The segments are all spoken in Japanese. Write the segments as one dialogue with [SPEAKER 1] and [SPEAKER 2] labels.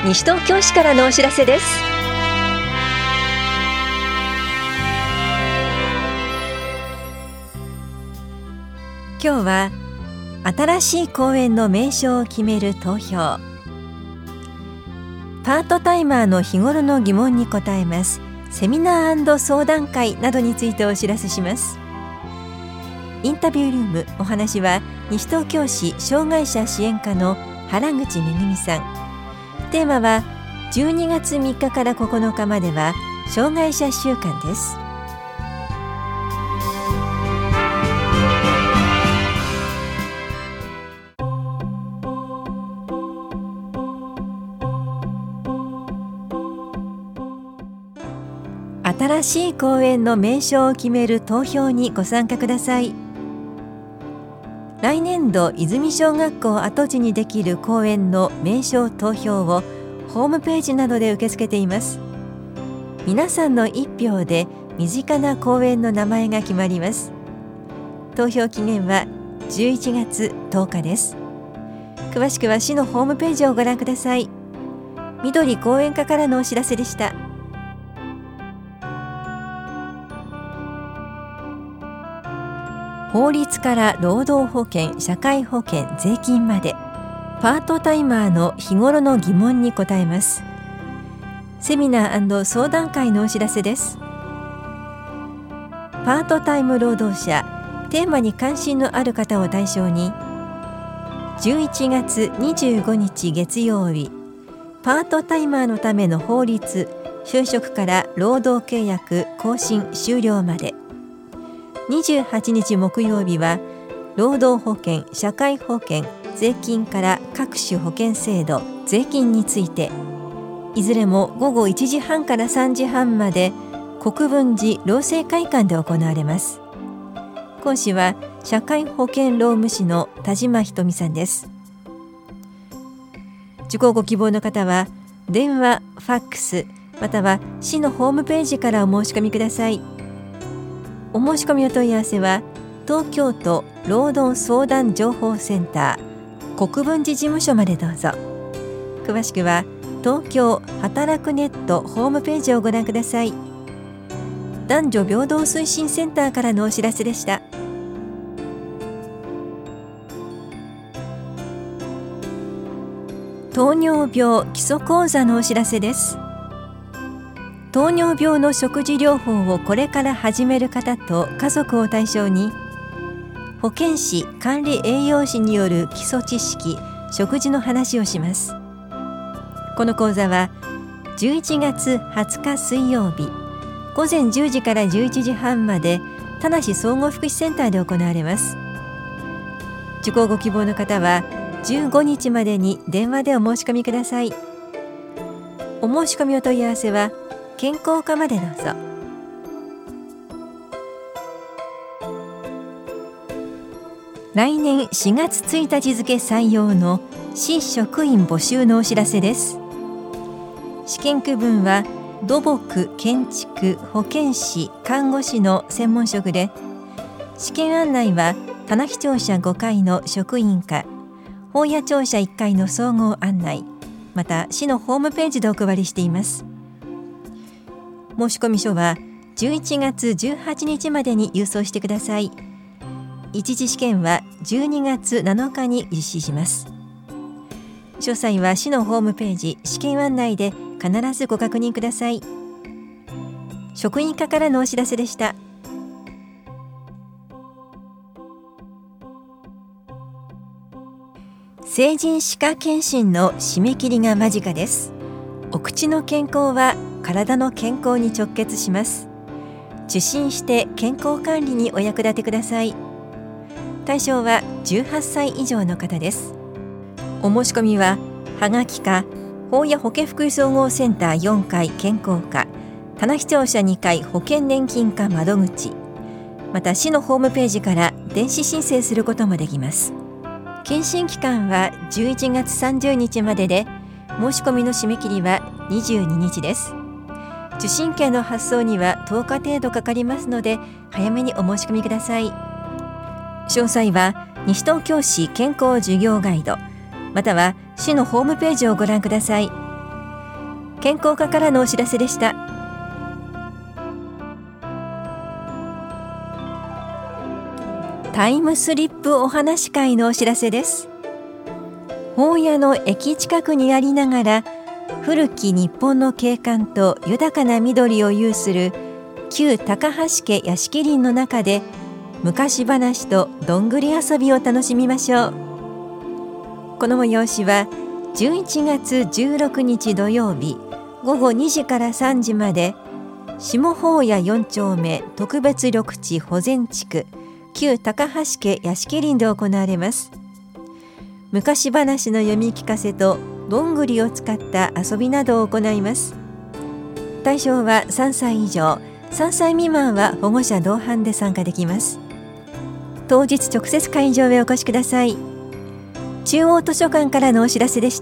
[SPEAKER 1] 西東京市からのお知らせです。今日は新しい公園の名称を決める投票、パートタイマーの日頃の疑問に答えますセミナー&相談会などについてお知らせします。インタビュールーム、お話は西東京市障害者支援課の原口めさん。テーマは12月3日から9日までは障害者週間です。新しい公園の名称を決める投票にご参加ください。来年度泉小学校跡地にできる公園の名称投票をホームページなどで受け付けています。皆さんの一票で身近な公園の名前が決まります。投票期限は11月10日です。詳しくは市のホームページをご覧ください。緑公園課からのお知らせでした。法律から労働保険、社会保険、税金までパートタイマーの日頃の疑問に答えます。セミナー&相談会のお知らせです。パートタイム労働者、テーマに関心のある方を対象に11月25日月曜日、パートタイマーのための法律、就職から労働契約更新終了まで、28日木曜日は労働保険、社会保険、税金から各種保険制度、税金について、いずれも午後1時半から3時半まで国分寺労政会館で行われます。講師は社会保険労務士の田島ひとみさんです。受講ご希望の方は電話、ファックスまたは市のホームページからお申し込みください。お申し込みお問い合わせは東京都労働相談情報センター国分寺事務所までどうぞ。詳しくは東京働くネットホームページをご覧ください。男女平等推進センターからのお知らせでした。糖尿病基礎講座のお知らせです。糖尿病の食事療法をこれから始める方と家族を対象に、保健師管理栄養士による基礎知識、食事の話をします。この講座は11月20日水曜日午前10時から11時半まで田無総合福祉センターで行われます。受講ご希望の方は15日までに電話でお申し込みください。お申し込みお問い合わせは健康課までどうぞ。来年4月1日付採用の市職員募集のお知らせです。試験区分は土木、建築、保健師、看護師の専門職で、試験案内は田無庁舎5階の職員課、保谷庁舎1階の総合案内、また市のホームページでお配りしています。申し込み書は11月18日までに郵送してください。一次試験は12月7日に実施します。詳細は市のホームページ、試験案内で必ずご確認ください。職員課からのお知らせでした。成人歯科検診の締め切りが間近です。お口の健康は体の健康に直結します。受診して健康管理にお役立てください。対象は18歳以上の方です。お申し込みははがきか保谷保健福祉総合センター4階健康課、田無庁舎2階保険年金課窓口、また市のホームページから電子申請することもできます。検診期間は11月30日までで、申し込みの締め切りは22日です。受診券の発送には10日程度かかりますので、早めにお申し込みください。詳細は西東京市健康事業ガイド、または市のホームページをご覧ください。 健康課からのお知らせでした。タイムスリップお話会のお知らせです。保谷の駅近くにありながら、古き日本の景観と豊かな緑を有する旧高橋家屋敷林の中で、昔話とどんぐり遊びを楽しみましょう。この催しは11月16日土曜日午後2時から3時まで、下保谷4丁目特別緑地保全地区旧高橋家屋敷林で行われます。昔話の読み聞かせとどんぐりを使った遊びなどを行います。対象は3歳以上、3歳未満は保護者同伴で参加できます。当日直接会場へお越しください。中央図書館からのお知らせでした。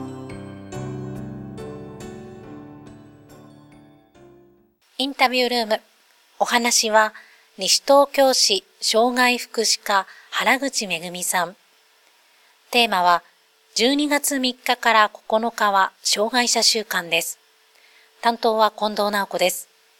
[SPEAKER 2] インタビュールーム。お話は西東京市障害福祉課原口めさん。テーマは12月3日から9日は障害者週間です。担当は近藤直子です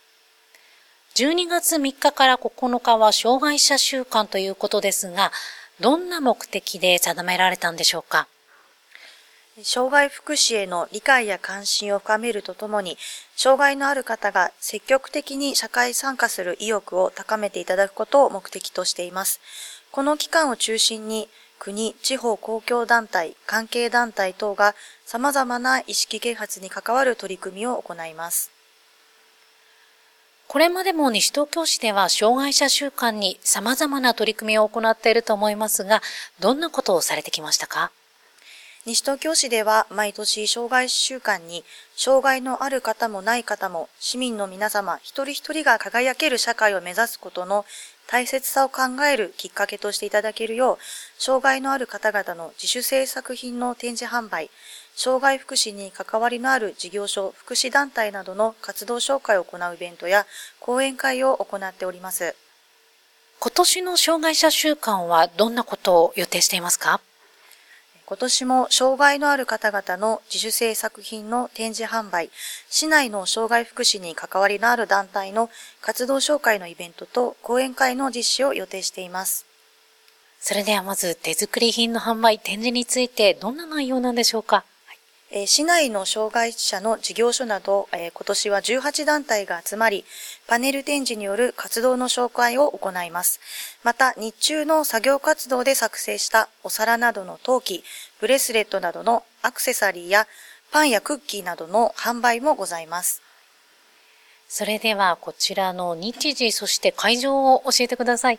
[SPEAKER 2] 。12月3日から9日は障害者週間ということですが、どんな目的で定められたんでしょうか。
[SPEAKER 3] 障害福祉への理解や関心を深めるとともに、障害のある方が積極的に社会参加する意欲を高めていただくことを目的としています。この期間を中心に、国、地方公共団体、関係団体等が様々な意識啓発に関わる取り組みを行います。
[SPEAKER 2] これまでも西東京市では障害者週間に様々な取り組みを行っていると思いますが、どんなことをされてきましたか？
[SPEAKER 3] 西東京市では毎年障害週間に、障害のある方もない方も市民の皆様一人一人が輝ける社会を目指すことの大切さを考えるきっかけとしていただけるよう、障害のある方々の自主制作品の展示販売、障害福祉に関わりのある事業所、福祉団体などの活動紹介を行うイベントや講演会を行っております。
[SPEAKER 2] 今年の障害者週間はどんなことを予定していますか？
[SPEAKER 3] 今年も障害のある方々の自主制作品の展示販売、市内の障害福祉に関わりのある団体の活動紹介のイベントと講演会の実施を予定しています。
[SPEAKER 2] それではまず手作り品の販売、展示についてどんな内容なんでしょうか？
[SPEAKER 3] 市内の障害者の事業所など、今年は18団体が集まり、パネル展示による活動の紹介を行います。また、日中の作業活動で作成したお皿などの陶器、ブレスレットなどのアクセサリーやパンやクッキーなどの販売もございます。
[SPEAKER 2] それではこちらの日時、そして会場を教えてください。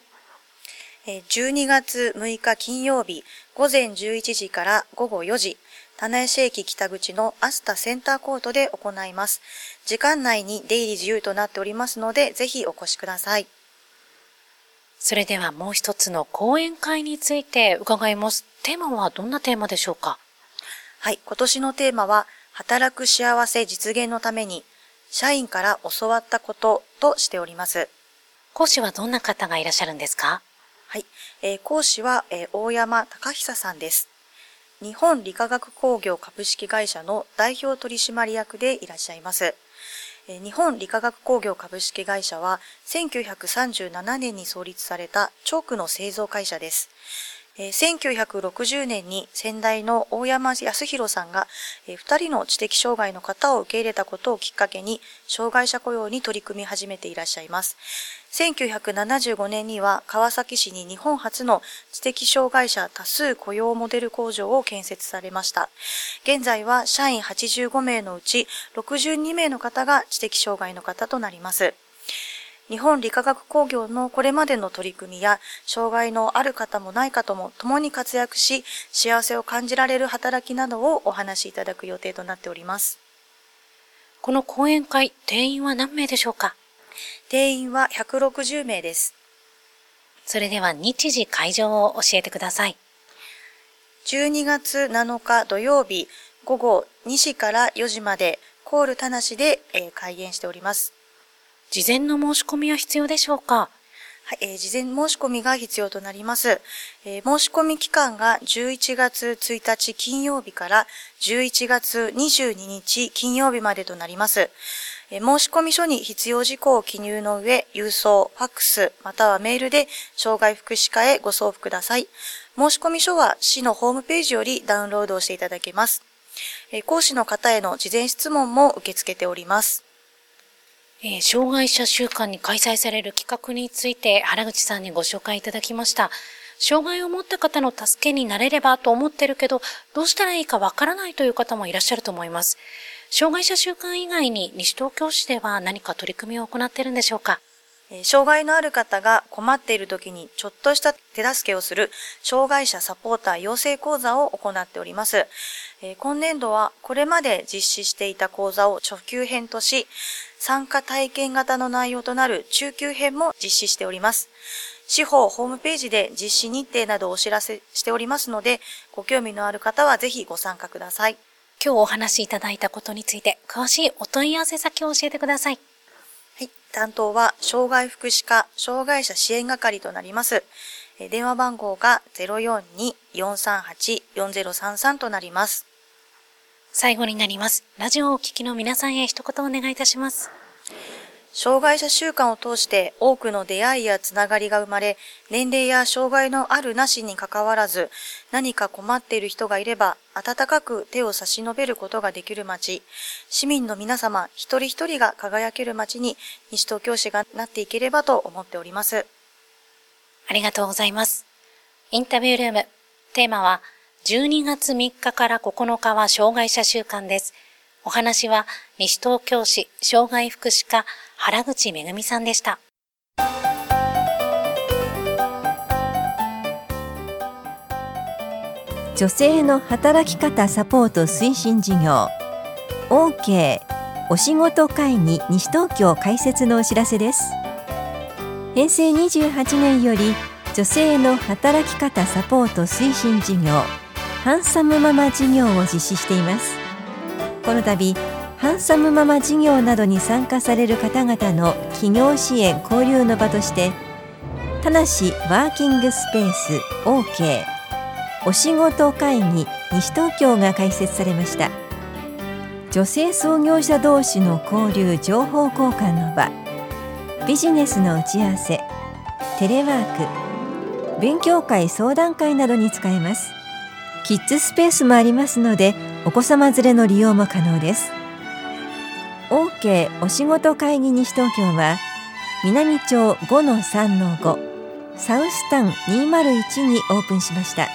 [SPEAKER 3] 12月6日金曜日、午前11時から午後4時、棚橋駅北口のアスタセンターコートで行います。時間内に出入り自由となっておりますので、ぜひお越しください。
[SPEAKER 2] それではもう一つの講演会について伺います。テーマはどんなテーマでしょうか？
[SPEAKER 3] はい、今年のテーマは、働く幸せ実現のために、社員から教わったこととしております。
[SPEAKER 2] 講師はどんな方がいらっしゃるんですか？
[SPEAKER 3] はい、講師は、大山隆久さんです。日本理化学工業株式会社の代表取締役でいらっしゃいます。日本理化学工業株式会社は1937年に創立されたチョークの製造会社です。1960年に先代の大山康弘さんが2人の知的障害の方を受け入れたことをきっかけに障害者雇用に取り組み始めていらっしゃいます。1975年には川崎市に日本初の知的障害者多数雇用モデル工場を建設されました。現在は社員85名のうち62名の方が知的障害の方となります。日本理化学工業のこれまでの取り組みや、障害のある方もない方も共に活躍し、幸せを感じられる働きなどをお話しいただく予定となっております。
[SPEAKER 2] この講演会、定員は何名でしょうか？
[SPEAKER 3] 定員は160名です。
[SPEAKER 2] それでは日時会場を教えてください。
[SPEAKER 3] 12月7日土曜日午後2時から4時までコール田無で開演しております。
[SPEAKER 2] 事前の申し込みは必要でしょうか？
[SPEAKER 3] はい、事前申し込みが必要となります。申し込み期間が11月1日金曜日から11月22日金曜日までとなります。申し込み書に必要事項を記入の上、郵送、ファックス、またはメールで障害福祉課へご送付ください。申し込み書は市のホームページよりダウンロードをしていただけます。講師の方への事前質問も受け付けております。
[SPEAKER 2] 障害者週間に開催される企画について原口さんにご紹介いただきました。障害を持った方の助けになれればと思ってるけど、どうしたらいいかわからないという方もいらっしゃると思います。障害者週間以外に西東京市では何か取り組みを行っているんでしょうか？
[SPEAKER 3] 障害のある方が困っている時にちょっとした手助けをする障害者サポーター養成講座を行っております。今年度はこれまで実施していた講座を初級編とし、参加体験型の内容となる中級編も実施しております。市法ホームページで実施日程などをお知らせしておりますので、ご興味のある方はぜひご参加ください。
[SPEAKER 2] 今日お話しいただいたことについて詳しいお問い合わせ先を教えてください。
[SPEAKER 3] はい、担当は障害福祉課障害者支援係となります。電話番号が 042-438-4033 となります。
[SPEAKER 2] 最後になります。ラジオをお聞きの皆さんへ一言お願いいたします。
[SPEAKER 3] 障害者週間を通して多くの出会いやつながりが生まれ、年齢や障害のあるなしにかかわらず、何か困っている人がいれば、温かく手を差し伸べることができる街、市民の皆様一人一人が輝ける街に西東京市がなっていければと思っております。
[SPEAKER 2] ありがとうございます。インタビュールーム、テーマは12月3日から9日は障害者週間です。お話は西東京市障害福祉課原口めさんでした。
[SPEAKER 1] 女性の働き方サポート推進事業 OK お仕事会議西東京開設のお知らせです。平成28年より女性の働き方サポート推進事業ハンサムママ事業を実施しています。この度ハンサムママ事業などに参加される方々の企業支援交流の場として田無ワーキングスペース OK お仕事会議西東京が開設されました。女性創業者同士の交流情報交換の場、ビジネスの打ち合わせ、テレワーク、勉強会相談会などに使えます。キッズスペースもありますのでお子様連れの利用も可能です。 OK お仕事会議西東京は南町 5-3-5 サウスタウン201にオープンしました。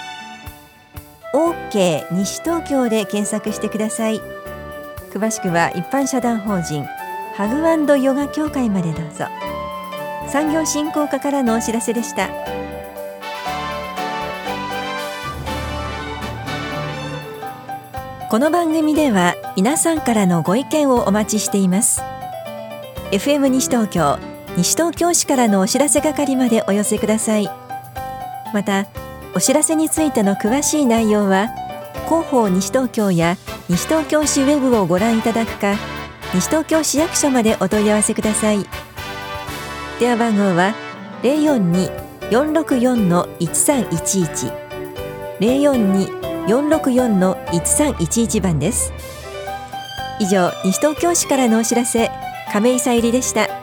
[SPEAKER 1] OK 西東京で検索してください。詳しくは一般社団法人ハグ&ヨガ協会までどうぞ。産業振興課からのお知らせでした。この番組では皆さんからのご意見をお待ちしています。 FM 西東京西東京市からのお知らせ係までお寄せください。またお知らせについての詳しい内容は広報西東京や西東京市ウェブをご覧いただくか西東京市役所までお問い合わせください。電話番号は 042-464-1311 042-464-1311 番です。以上、西東京市からのお知らせ、亀井さゆりでした。